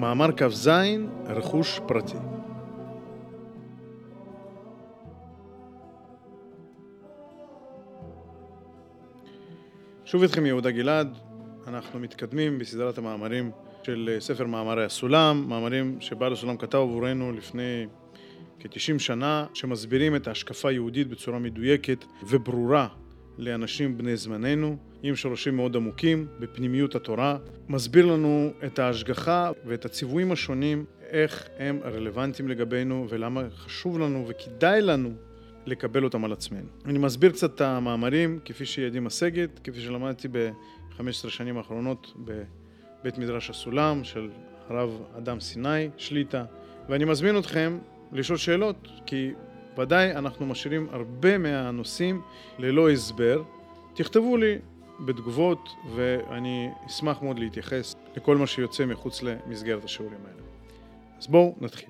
מאמר כ"ז, רכוש פרטי. שוב איתכם יהודה גלעד, אנחנו מתקדמים בסדרת המאמרים של ספר מאמרי הסולם, מאמרים שבעל הסולם כתב עבורנו לפני כ-90 שנה, שמסבירים את ההשקפה היהודית בצורה מדויקת וברורה לאנשים בני זמננו, עם שורשים מאוד עמוקים בפנימיות התורה, מסביר לנו את ההשגחה ואת הציוויים השונים, איך הם רלוונטיים לגבינו ולמה חשוב לנו וכדאי לנו לקבל אותם על עצמנו. אני מסביר קצת את המאמרים כפי שידי משגת, כפי שלמדתי ב-15 שנים האחרונות בבית מדרש הסולם של הרב אדם סיני שליטה, ואני מזמין אתכם לשאול שאלות, כי ודאי אנחנו משאירים הרבה מהנושאים ללא הסבר. תכתבו לי בתגובות ואני אשמח מאוד להתייחס לכל מה שיוצא מחוץ למסגרת השיעורים האלה. אז בואו נתחיל.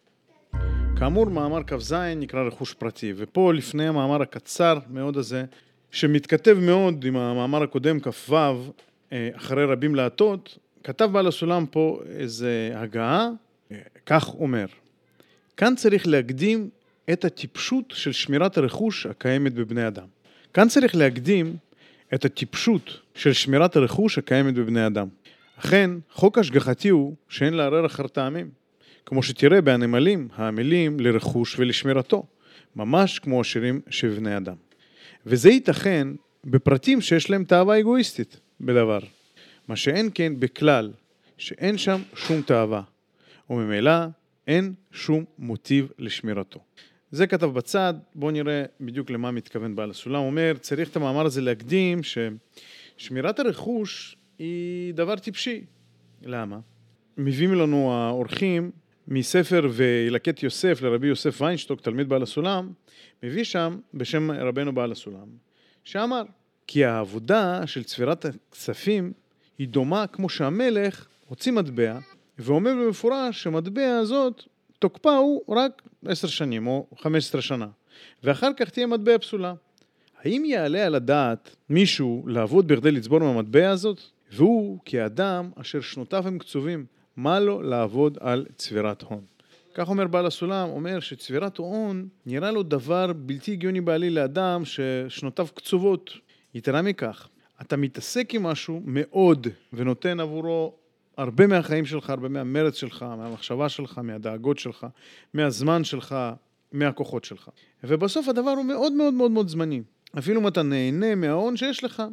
כאמור, מאמר כ"ז נקרא רכוש פרטי, ופה לפני המאמר הקצר מאוד הזה, שמתכתב מאוד עם המאמר הקודם כ"ו, אחרי רבים להטות, כתב בעל הסולם פה איזה הגעה, כך אומר: כאן צריך להקדים את הטיפשות של שמירת הרכוש הקיימת בבני אדם. כאן צריך להקדים את הטיפשות של שמירת הרכוש הקיימת בבני אדם. אכן, חוק השגחתי הוא שאין לערער אחר טעמים, כמו שתראה בהנמלים העמלים לרכוש ולשמירתו, ממש כמו השירים שבבני אדם. וזה ייתכן בפרטים שיש להם תאווה אגואיסטית בדבר, מה שאין כן בכלל, שאין שם שום תאווה, וממילא אין שום מוטיב לשמירתו. זה כתב בצד, בואו נראה בדיוק למה מתכוון בעל הסולם. הוא אומר, צריך את המאמר הזה להקדים ששמירת הרכוש היא דבר טיפשי. למה? מביאים לנו האורחים מספר וילקט יוסף לרבי יוסף ויינשטוק, תלמיד בעל הסולם, מביא שם בשם רבנו בעל הסולם, שאמר, כי העבודה של צבירת הכספים היא דומה כמו שהמלך הוציא מטבע, ואומר במפורש שמטבע הזאת תוקפה הוא רק 10 שנים או 15 שנה, ואחר כך תהיה מטבע פסולה. האם יעלה על הדעת מישהו לעבוד בכדי לצבור מהמטבע הזאת? והוא כאדם אשר שנותיו הם קצובים, מה לו לעבוד על צבירת הון? כך אומר בעל הסולם, אומר שצבירת הון נראה לו דבר בלתי הגיוני בעליל לאדם ששנותיו קצובות. יתרה מכך, אתה מתעסק עם משהו מאוד ונותן עבורו הרבה מהחיים שלך, הרבה מהמרץ שלך, מהמחשבה שלך, מהדאגות שלך, מהזמן שלך, מהכוחות שלך. ובסוף הדבר הוא מאוד מאוד מאוד מאוד זמני. אפילו אם אתה נהנה מההון שיש לך,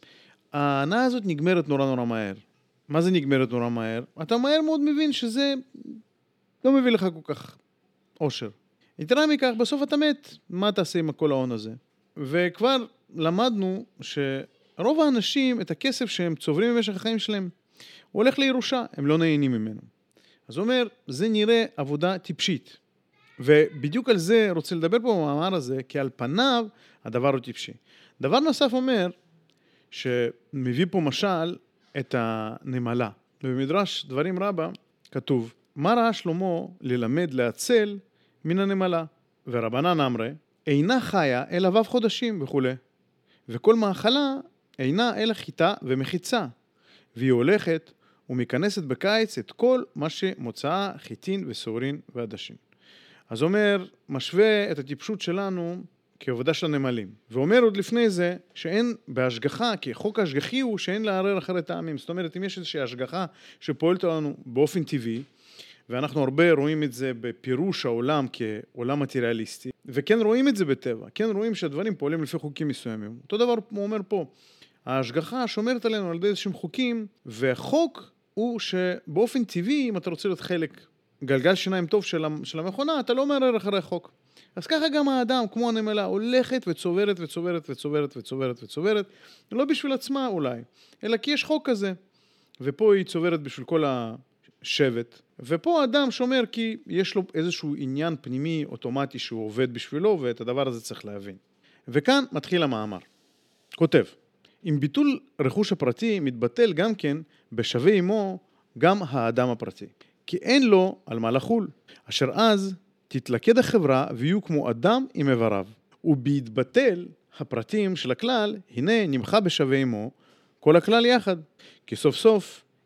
ההנאה הזאת נגמרת נורא נורא מהר. מה זה נגמרת נורא מהר? אתה מהר מאוד מבין שזה לא מביא לך כל כך אושר. יתרה מכך, בסוף אתה מת. מה תעשה עם כל ההון הזה? וכבר למדנו שרוב האנשים, את הכסף שהם צוברים במשך החיים שלהם, הוא הולך לירושה, הם לא נהנים ממנו. אז הוא אומר, זה נראה עבודה טיפשית. ובדיוק על זה רוצה לדבר פה במאמר הזה, כי על פניו הדבר הוא טיפשי. דבר נוסף אומר, שמביא פה משל את הנמלה. ובמדרש דברים רבה כתוב, מה ראה שלמה ללמד להצל מן הנמלה? ורבנן אמרי, אינה חיה אלא ו' חודשים וכו'. וכל מאכלה אינה אלא חיטה ומחיצה. והיא הולכת ומכנסת בקיץ את כל מה שמוצאה חיטין וסעורין ועדשין. אז אומר, משווה את הטיפשות שלנו כעבודה של הנמלים. ואומר עוד לפני זה שאין בהשגחה, כי חוק ההשגחי הוא שאין לערער אחרי טעמים. זאת אומרת, אם יש איזושהי השגחה שפועלת לנו באופן טבעי, ואנחנו הרבה רואים את זה בפירוש העולם כעולם מטריאליסטי, וכן רואים את זה בטבע, כן רואים שהדברים פועלים לפי חוקים מסוימים. אותו דבר הוא אומר פה, ההשגחה שומרת עלינו על ידי איזשהם חוקים, והחוק הוא שבאופן טבעי, אם אתה רוצה להיות חלק גלגל שיניים טוב של המכונה, אתה לא מערער אחרי חוק. אז ככה גם האדם, כמו הנמלה, הולכת וצוברת וצוברת וצוברת וצוברת וצוברת, לא בשביל עצמה אולי, אלא כי יש חוק כזה. ופה היא צוברת בשביל כל השבט, ופה האדם שומר כי יש לו איזשהו עניין פנימי אוטומטי שהוא עובד בשבילו, ואת הדבר הזה צריך להבין. וכאן מתחיל המאמר. כותב, עם ביטול רכוש הפרטי מתבטל גם כן בשווה עמו גם האדם הפרטי. כי אין לו על מה לחול, אשר אז תתלכד החברה ויהיו כמו אדם עם איבריו. ובהתבטל הפרטים של הכלל, הנה נמחה בשווה עמו כל הכלל יחד. כי סוף סוף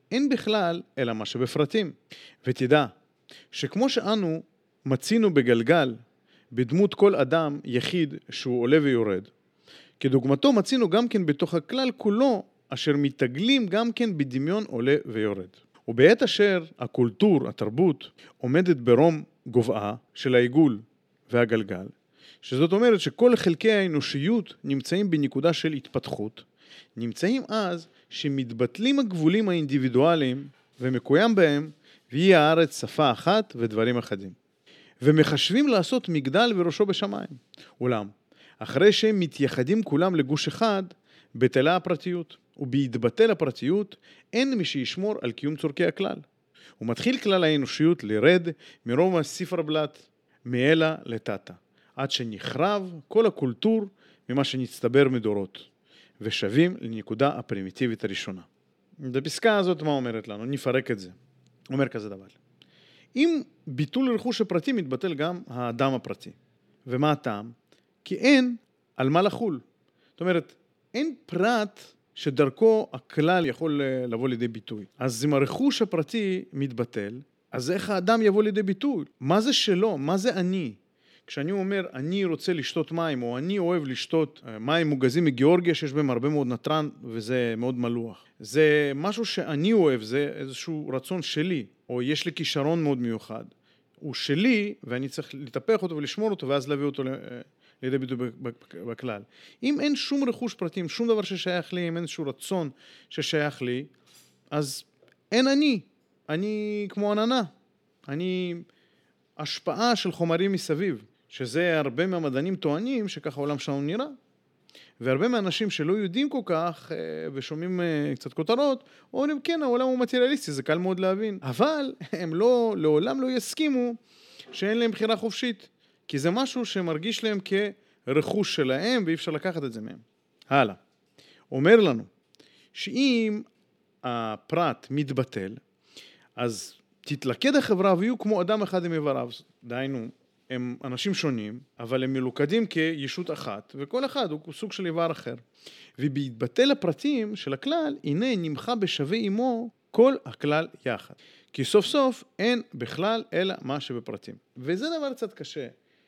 אין בכלל אלא מה שבפרטים. ותדע שכמו שאנו מצינו בגלגל בדמות כל אדם יחיד שהוא עולה ויורד, כדוגמתו מצינו גם כן בתוך הכלל כולו אשר מתגלים גם כן בדמיון עולה ויורד. ובעת אשר הקולטור, התרבות, עומדת ברום גובעה של העיגול והגלגל, שזאת אומרת שכל חלקי האנושיות נמצאים בנקודה של התפתחות, נמצאים אז שמתבטלים הגבולים האינדיבידואליים ומקוים בהם, והיא הארץ שפה אחת ודברים אחדים. ומחשבים לעשות מגדל וראשו בשמיים. אולם, אחרי שהם מתייחדים כולם לגוש אחד, בטלה הפרטיות. ובהתבטל הפרטיות, אין מי שישמור על קיום צורכי הכלל. ומתחיל כלל האנושיות לרד מרום הספרבלט, מאלה לטאטה, עד שנחרב כל הקולטור ממה שנצטבר מדורות, ושבים לנקודה הפרימיטיבית הראשונה. בפסקה הזאת מה אומרת לנו? נפרק את זה. אומר כזה דבר. אם ביטול רכוש הפרטי מתבטל גם האדם הפרטי. ומה הטעם? כי אין על מה לחול. זאת אומרת, אין פרט שדרכו הכלל יכול לבוא לידי ביטוי. אז אם הרכוש הפרטי מתבטל, אז איך האדם יבוא לידי ביטוי? מה זה שלו? מה זה אני? כשאני אומר, אני רוצה לשתות מים, או אני אוהב לשתות מים מוגזים מגיאורגיה, שיש בהם הרבה מאוד נטרן, וזה מאוד מלוח. זה משהו שאני אוהב, זה איזשהו רצון שלי, או יש לי כישרון מאוד מיוחד. הוא שלי, ואני צריך לטפח אותו ולשמור אותו, ואז להביא אותו לידי ביטוי בכלל. אם אין שום רכוש פרטים, שום דבר ששייך לי, אם אין איזשהו רצון ששייך לי, אז אין אני. אני כמו עננה. אני השפעה של חומרים מסביב, שזה הרבה מהמדענים טוענים שככה העולם שלנו נראה. והרבה מהאנשים שלא יודעים כל כך ושומעים קצת כותרות, אומרים כן, העולם הוא מטריאליסטי, זה קל מאוד להבין. אבל הם לעולם לא יסכימו שאין להם בחירה חופשית, כי זה משהו שמרגיש להם כרכוש שלהם ואי אפשר לקחת את זה מהם. הלאה. אומר לנו שאם הפרט מתבטל, אז תתלכד החברה ויהיו כמו אדם אחד עם איבריו. דהיינו, הם אנשים שונים, אבל הם מלוכדים כישות אחת, וכל אחד הוא סוג של איבר אחר. ובהתבטל הפרטים של הכלל, הנה נמחה בשווה עמו כל הכלל יחד. כי סוף סוף אין בכלל אלא מה שבפרטים. וזה דבר קצת קשה,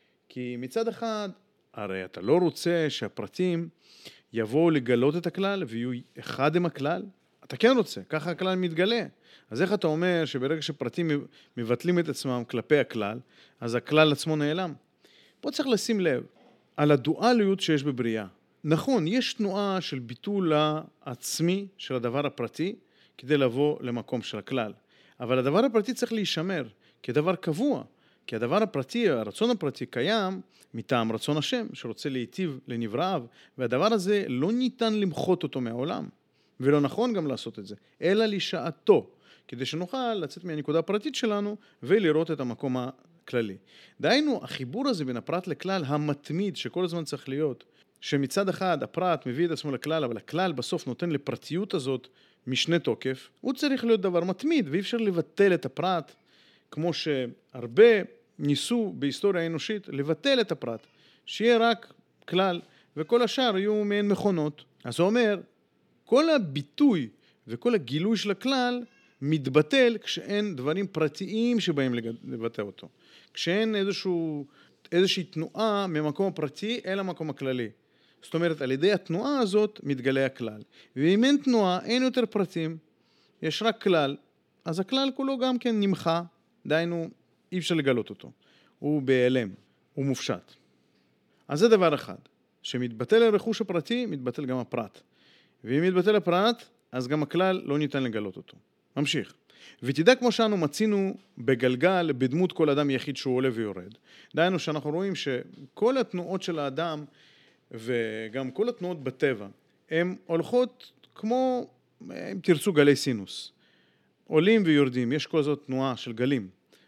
כי מצד אחד, הרי אתה לא רוצה שהפרטים יבואו לגלות את הכלל ויהיו אחד עם הכלל. אתה כן רוצה, ככה הכלל מתגלה. אז איך אתה אומר שברגע שפרטים מבטלים את עצמם כלפי הכלל, אז הכלל עצמו נעלם? פה צריך לשים לב על הדואליות שיש בבריאה. נכון, יש תנועה של ביטול העצמי של הדבר הפרטי כדי לבוא למקום של הכלל. אבל הדבר הפרטי צריך להישמר כדבר קבוע, כי הדבר הפרטי, הרצון הפרטי קיים מטעם רצון השם שרוצה להיטיב לנבראיו, והדבר הזה לא ניתן למחות אותו מהעולם. ולא נכון גם לעשות את זה, אלא לשעתו, כדי שנוכל לצאת מהנקודה הפרטית שלנו ולראות את המקום הכללי. דהיינו, החיבור הזה בין הפרט לכלל המתמיד שכל הזמן צריך להיות, שמצד אחד הפרט מביא את עצמו לכלל, אבל הכלל בסוף נותן לפרטיות הזאת משנה תוקף, הוא צריך להיות דבר מתמיד, ואי אפשר לבטל את הפרט, כמו שהרבה ניסו בהיסטוריה האנושית לבטל את הפרט, שיהיה רק כלל, וכל השאר יהיו מעין מכונות. אז הוא אומר, כל הביטוי וכל הגילוי של הכלל מתבטל כשאין דברים פרטיים שבאים לבטא אותו. כשאין איזושהי תנועה ממקום הפרטי אל המקום הכללי. זאת אומרת, על ידי התנועה הזאת מתגלה הכלל. ואם אין תנועה, אין יותר פרטים, יש רק כלל, אז הכלל כולו גם כן נמחה, דהיינו אי אפשר לגלות אותו. הוא בהיעלם, הוא מופשט. אז זה דבר אחד. שמתבטל הרכוש הפרטי, מתבטל גם הפרט. ואם מתבטל הפרט, אז גם הכלל לא ניתן לגלות אותו. ממשיך. ותדע כמו שאנו מצינו בגלגל בדמות כל אדם יחיד שהוא עולה ויורד. דהיינו שאנחנו רואים שכל התנועות של האדם וגם כל התנועות בטבע, הן הולכות כמו, אם תרצו, גלי סינוס. עולים ויורדים, יש כל זאת תנועה של גלים.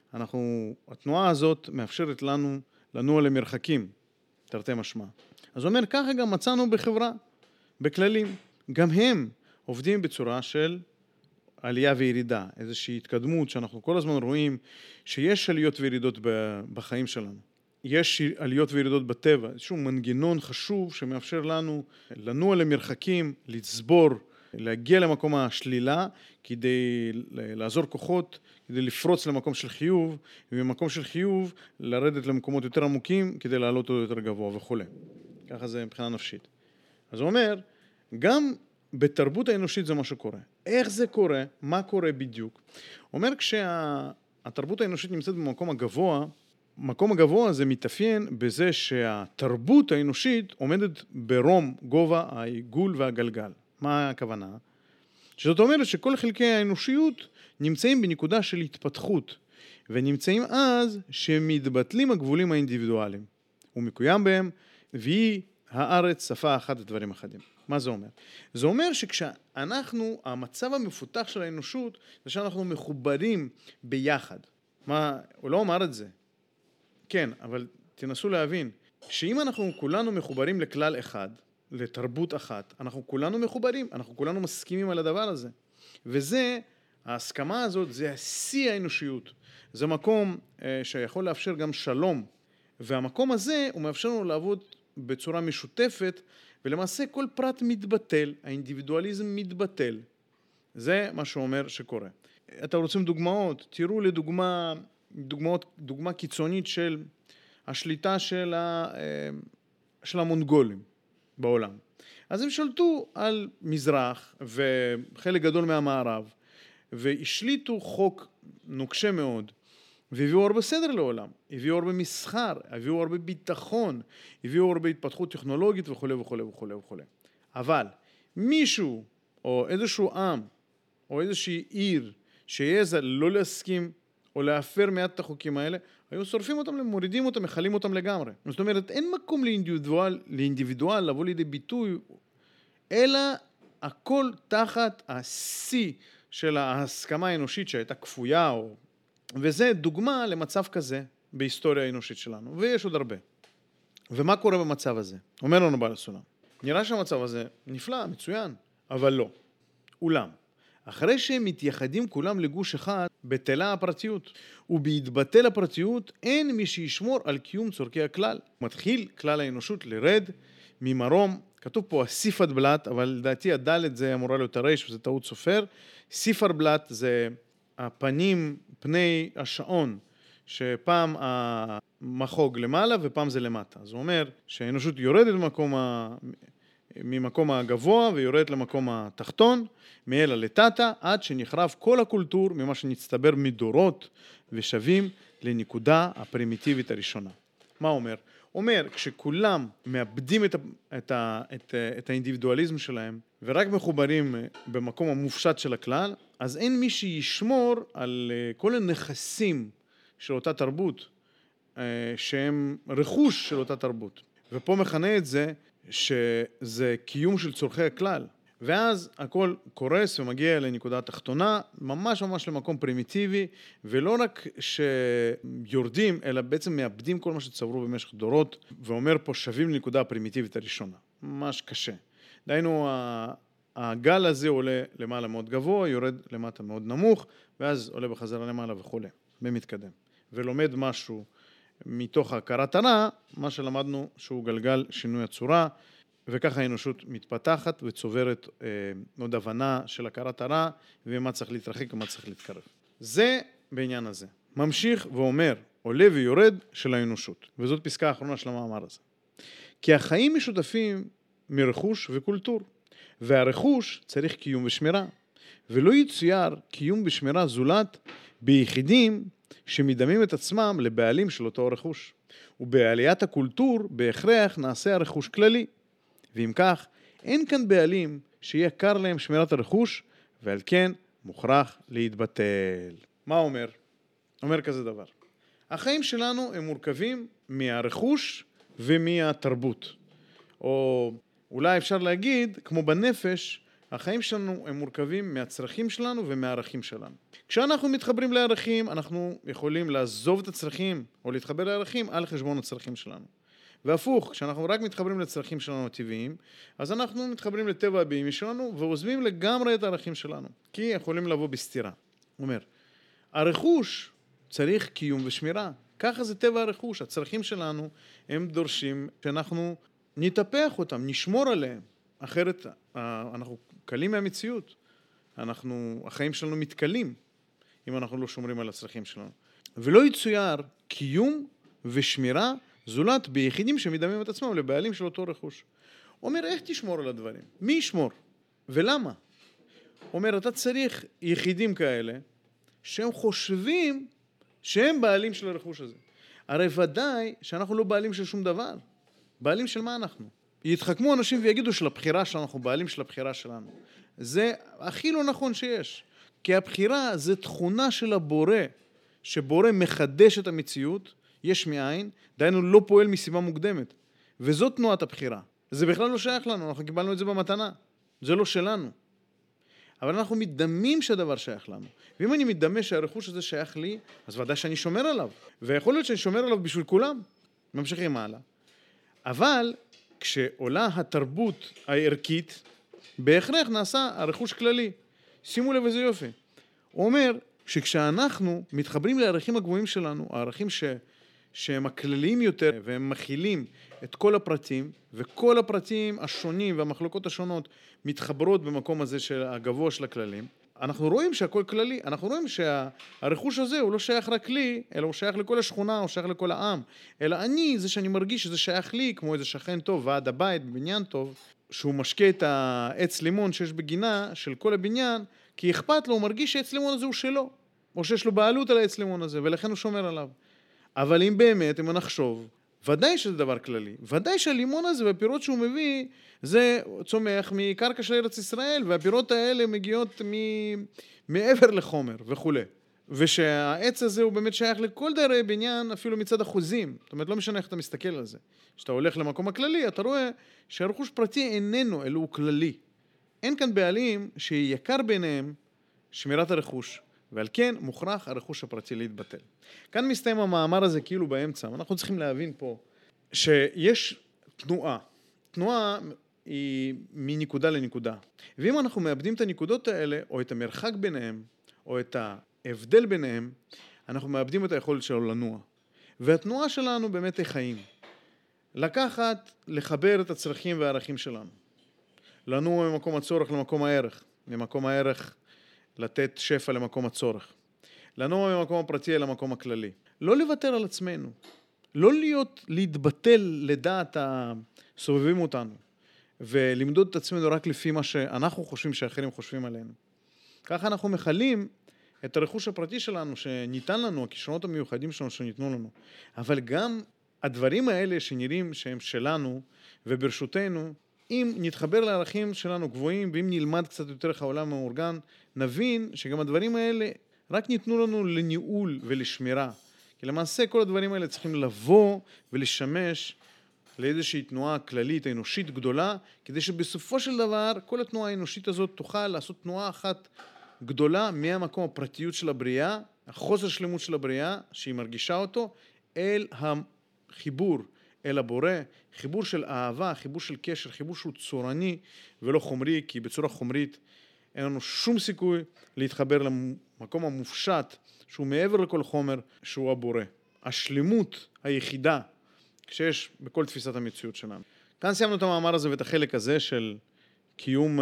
התנועה הזאת מאפשרת לנו לנוע למרחקים, תרתי משמע. אז הוא אומר, ככה גם מצאנו בחברה, בכללים. גם הם עובדים בצורה של עלייה וירידה, איזושהי התקדמות שאנחנו כל הזמן רואים שיש עליות וירידות בחיים שלנו. יש עליות וירידות בטבע, איזשהו מנגנון חשוב שמאפשר לנו לנוע למרחקים, לצבור להגיע למקום השלילה, כדי לעזור כוחות, כדי לפרוץ למקום של חיוב, וממקום של חיוב לרדת למקומות יותר עמוקים, כדי לעלות אותו יותר גבוה וכו'. ככה זה מבחינה נפשית. אז הוא אומר, גם בתרבות האנושית זה מה שקורה. איך זה קורה? מה קורה בדיוק? הוא אומר, כשהתרבות האנושית נמצאת במקום הגבוה, המקום הגבוה זה מתאפיין בזה שהתרבות האנושית עומדת ברום גובה העיגול והגלגל. מה הכוונה? שזאת אומרת שכל חלקי האנושיות נמצאים בנקודה של התפתחות, ונמצאים אז שמתבטלים הגבולים האינדיבידואליים. הוא מקוים בהם, והיא הארץ שפה אחת ודברים אחדים. מה זה אומר? זה אומר שכשאנחנו, המצב המפותח של האנושות, זה שאנחנו מחוברים ביחד. הוא לא אמר את זה. כן, אבל תנסו להבין, שאם אנחנו כולנו מחוברים לכלל אחד, לתרבות אחת, אנחנו כולנו מחוברים, אנחנו כולנו מסכימים על הדבר הזה. וזה, ההסכמה הזאת, זה השיא האנושיות. זה מקום שיכול לאפשר גם שלום. והמקום הזה, הוא מאפשר לנו לעבוד בצורה משותפת, ולמעשה כל פרט מתבטל, האינדיבידואליזם מתבטל. זה מה שאומר שקורה. אתם רוצים דוגמאות? תראו לדוגמה, דוגמה קיצונית של השליטה של המונגולים בעולם. אז הם שלטו על מזרח וחלק גדול מהמערב, והשליטו חוק נוקשה מאוד, והביאו הרבה סדר לעולם, הביאו הרבה מסחר, הביאו הרבה ביטחון, הביאו הרבה התפתחות טכנולוגית וכו' וכו' וכו' וכו'. אבל מישהו או איזשהו עם או איזושהי עיר שיעזה לא להסכים או להפר מעט את החוקים האלה, היו שורפים אותם, מורידים אותם, מחלים אותם לגמרי. זאת אומרת, אין מקום לאינדיבידואל לבוא לידי ביטוי, אלא הכל תחת השיא של ההסכמה האנושית שהייתה כפויה, וזה דוגמה למצב כזה בהיסטוריה האנושית שלנו, ויש עוד הרבה. ומה קורה במצב הזה? אומר לנו בעל הסולם. נראה שהמצב הזה נפלא, מצוין, אבל לא. אולם, אחרי שהם מתייחדים כולם לגוש אחד, בטלה הפרטיות. ובהתבטל הפרטיות, אין מי שישמור על קיום צורכי הכלל. מתחיל כלל האנושות לרד ממרום, כתוב פה הסיפת בלט, אבל לדעתי הדלת זה אמורה להיות הרש, וזה טעות סופר. סיפר בלט זה הפנים, פני השעון, שפעם המחוג למעלה ופעם זה למטה. אז הוא אומר שהאנושות יורדת ממקום הגבוה ויורדת למקום התחתון, מאלה לטאטה, עד שנחרב כל הקולטור ממה שנצטבר מדורות ושווים לנקודה הפרימיטיבית הראשונה. מה אומר? אומר, כשכולם מאבדים את האינדיבידואליזם שלהם ורק מחוברים במקום המופשט של הכלל, אז אין מי שישמור על כל הנכסים של אותה תרבות, שהם רכוש של אותה תרבות. ופה מכנה את זה שזה קיום של צורכי הכלל. ואז הכל קורס ומגיע לנקודה התחתונה, ממש ממש למקום פרימיטיבי, ולא רק שיורדים, אלא בעצם מאבדים כל מה שצברו במשך דורות, ואומר פה שווים לנקודה הפרימיטיבית הראשונה. ממש קשה. דהיינו, הגל הזה עולה למעלה מאוד גבוה, יורד למטה מאוד נמוך, ואז עולה בחזרה למעלה וכו', ומתקדם. ולומד משהו מתוך הכרת הרע, מה שלמדנו שהוא גלגל שינוי הצורה, וככה האנושות מתפתחת וצוברת עוד הבנה של הכרת הרע, ומה צריך להתרחק ומה צריך להתקרב. זה בעניין הזה. ממשיך ואומר, עולה ויורד של האנושות. וזאת פסקה האחרונה של המאמר הזה. כי החיים משותפים מרכוש וקולטור, והרכוש צריך קיום ושמירה, ולא יצויר קיום ושמירה זולת ביחידים שמדמים את עצמם לבעלים של אותו הרכוש. ובעליית הקולטור בהכרח נעשה הרכוש כללי. ואם כך, אין כאן בעלים שיהיה קר להם שמירת הרכוש, ועל כן מוכרח להתבטל. מה אומר? אומר כזה דבר. החיים שלנו הם מורכבים מהרכוש ומהתרבות. או אולי אפשר להגיד, כמו בנפש, החיים שלנו הם מורכבים מהצרכים שלנו ומהערכים שלנו. כשאנחנו מתחברים לערכים, אנחנו יכולים לעזוב את הצרכים או להתחבר לערכים על חשבון הצרכים שלנו. והפוך, כשאנחנו רק מתחברים לצרכים שלנו הטבעיים, אז אנחנו מתחברים לטבע הבהמי שלנו ועוזבים לגמרי את הערכים שלנו, כי יכולים לבוא בסתירה. הוא אומר, הרכוש צריך קיום ושמירה. ככה זה טבע הרכוש. הצרכים שלנו הם דורשים שאנחנו נטפח אותם, נשמור עליהם. אחרת אנחנו קלים מהמציאות. החיים שלנו מתקלים אם אנחנו לא שומרים על הצרכים שלנו. ולא יצויר קיום ושמירה זולת ביחידים שמדמים את עצמם לבעלים של אותו רכוש. אומר, איך תשמור על הדברים? מי ישמור? ולמה? אומר, אתה צריך יחידים כאלה שהם חושבים שהם בעלים של הרכוש הזה. הרי ודאי שאנחנו לא בעלים של שום דבר. בעלים של מה אנחנו? יתחכמו אנשים ויגידו שלבחירה שלנו, אנחנו בעלים של הבחירה שלנו. זה הכי לא נכון שיש. כי הבחירה זה תכונה של הבורא, שבורא מחדש את המציאות, יש מאין, דיינו לא פועל מסיבה מוקדמת. וזאת תנועת הבחירה. זה בכלל לא שייך לנו, אנחנו קיבלנו את זה במתנה. זה לא שלנו. אבל אנחנו מדמים שהדבר שייך לנו. ואם אני מדמה שהרכוש הזה שייך לי, אז ודאי שאני שומר עליו. ויכול להיות שאני שומר עליו בשביל כולם. ממשיכים הלאה. אבל כשעולה התרבות הערכית, בהכרח נעשה הרכוש כללי. שימו לב איזה יופי. הוא אומר שכשאנחנו מתחברים לערכים הגבוהים שלנו, הערכים שהם הכלליים יותר, והם מכילים את כל הפרטים, וכל הפרטים השונים והמחלוקות השונות מתחברות במקום הזה של הגבוה של הכללים, אנחנו רואים שהכל כללי, אנחנו רואים שהרכוש הזה הוא לא שייך רק לי, אלא הוא שייך לכל השכונה, הוא שייך לכל העם, אלא אני, זה שאני מרגיש שזה שייך לי, כמו איזה שכן טוב, ועד הבית, בבניין טוב, שהוא משקה את העץ לימון שיש בגינה של כל הבניין, כי אכפת לו, הוא מרגיש שהעץ לימון הזה הוא שלו, או שיש לו בעלות על העץ לימון הזה, ולכן הוא שומר עליו. אבל אם באמת, אם נחשוב, ודאי שזה דבר כללי, ודאי שהלימון הזה והפירות שהוא מביא, זה צומח מקרקע של ארץ ישראל, והפירות האלה מגיעות מעבר לחומר וכו'. ושהעץ הזה הוא באמת שייך לכל דיירי בניין, אפילו מצד החוזים. זאת אומרת, לא משנה איך אתה מסתכל על זה. כשאתה הולך למקום הכללי, אתה רואה שהרכוש פרטי איננו, אלא הוא כללי. אין כאן בעלים שיקר ביניהם שמירת הרכוש, ועל כן מוכרח הרכוש הפרטי להתבטל. כאן מסתיים המאמר הזה כאילו באמצע, אנחנו צריכים להבין פה שיש תנועה. תנועה היא מנקודה לנקודה. ואם אנחנו מאבדים את הנקודות האלה, או את המרחק ביניהם, או את ההבדל ביניהם, אנחנו מאבדים את היכולת שלנו לנוע. והתנועה שלנו באמת היא חיים. לקחת, לחבר את הצרכים והערכים שלנו. לנוע ממקום הצורך למקום הערך. ממקום הערך לתת שפע למקום הצורך. לנוע ממקום הפרטי למקום הכללי. לא לוותר על עצמנו. לא להתבטל לדעת הסובבים אותנו. ולמדוד את עצמנו רק לפי מה שאנחנו חושבים שאחרים חושבים עלינו. ככה אנחנו מחלים את הרכוש הפרטי שלנו שניתן לנו, הכישרונות המיוחדים שלנו שניתנו לנו. אבל גם הדברים האלה שנראים שהם שלנו וברשותנו, אם נתחבר לערכים שלנו גבוהים, ואם נלמד קצת יותר איך העולם המאורגן, נבין שגם הדברים האלה רק ניתנו לנו לניהול ולשמירה. כי למעשה כל הדברים האלה צריכים לבוא ולשמש לאיזושהי תנועה כללית, אנושית גדולה, כדי שבסופו של דבר כל התנועה האנושית הזאת תוכל לעשות תנועה אחת גדולה מהמקום הפרטיות של הבריאה, החוסר שלמות של הבריאה, שהיא מרגישה אותו, אל החיבור, אל הבורא, חיבור של אהבה, חיבור של קשר, חיבור שהוא צורני ולא חומרי, כי בצורה חומרית אין לנו שום סיכוי להתחבר למקום המופשט, שהוא מעבר לכל חומר, שהוא הבורא. השלמות היחידה שיש בכל תפיסת המציאות שלנו. כאן סיימנו את המאמר הזה ואת החלק הזה של קיום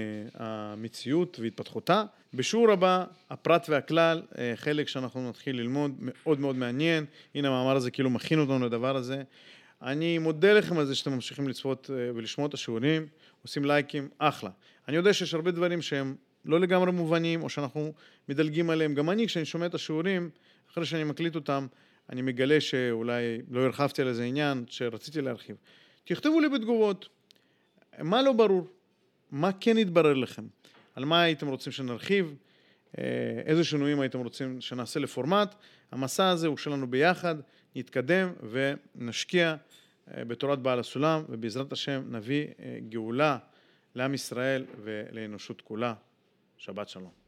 המציאות והתפתחותה. בשיעור הבא, הפרט והכלל, חלק שאנחנו נתחיל ללמוד, מאוד מאוד מעניין. הנה המאמר הזה כאילו מכין אותנו לדבר הזה. אני מודה לכם על זה שאתם ממשיכים לצפות ולשמוע את השיעורים, עושים לייקים, אחלה. אני יודע שיש הרבה דברים שהם לא לגמרי מובנים, או שאנחנו מדלגים עליהם. גם אני, כשאני שומע את השיעורים, אחרי שאני מקליט אותם, אני מגלה שאולי לא הרחבתי על איזה עניין שרציתי להרחיב. תכתבו לי בתגובות, מה לא ברור, מה כן יתברר לכם, על מה הייתם רוצים שנרחיב, איזה שינויים הייתם רוצים שנעשה לפורמט. המסע הזה הוא שלנו ביחד, נתקדם ונשקיע בתורת בעל הסולם, ובעזרת השם נביא גאולה לעם ישראל ולאנושות כולה. שבת שלום.